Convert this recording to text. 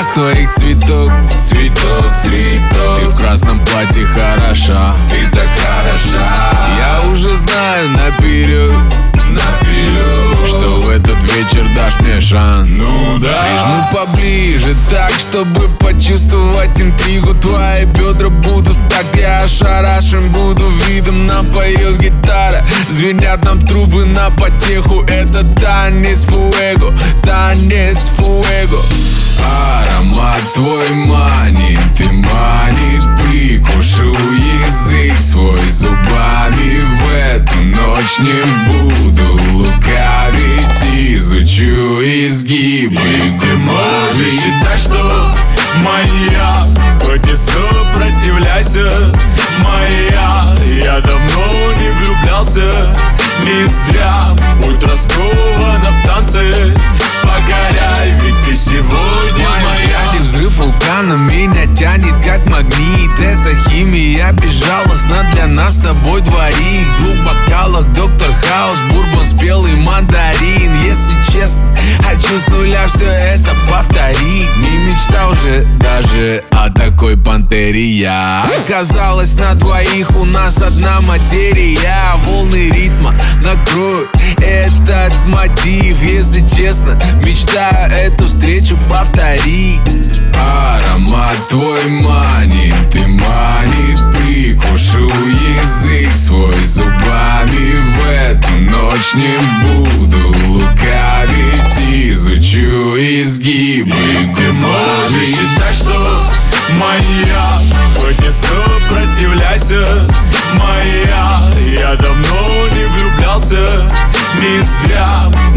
твоих цветок. Цветок, цветок. Ты в красном платье хороша. Ты так хороша. Я уже знаю наперед, что в этот вечер дашь мне шанс. Ну да. Прижму поближе так, чтобы почувствовать интригу. Твои бедра будут так, я ошарашен буду видом. Нам поет гитара, звенят нам трубы на потеху. Это танец фуэго, танец фуэго. Аромат твой манит, ты манит. Прикушу язык свой зубами. В эту ночь не буду лукавить. Изучу изгибы. Ты можешь считать, что моя, хоть и сопротивляйся, моя. Я давно не влюблялся, не зря. Будь раскована в танце, покоряй, ведь ты сегодня моя. Взрыв вулкана меня тянет как магнит. Это химия безжалостна для нас с тобой двоих. В двух бокалах Доктор Хаус, бурбон, спелый мандарин. Если честно, хочу с нуля все это повторить. Не мечтал же даже о такой пантере я. Оказалось, на двоих у нас одна материя. Волны ритма накроют этот мотив. Если честно, мечтаю эту встречу повторить. Аромат твой манит, ты манит. Прикушу язык свой зубами. В эту ночь не буду лукавить. Изучу изгибы. Ты можешь считать, что моя, хоть и сопротивляйся, моя. Я давно не влюблялся, не зря.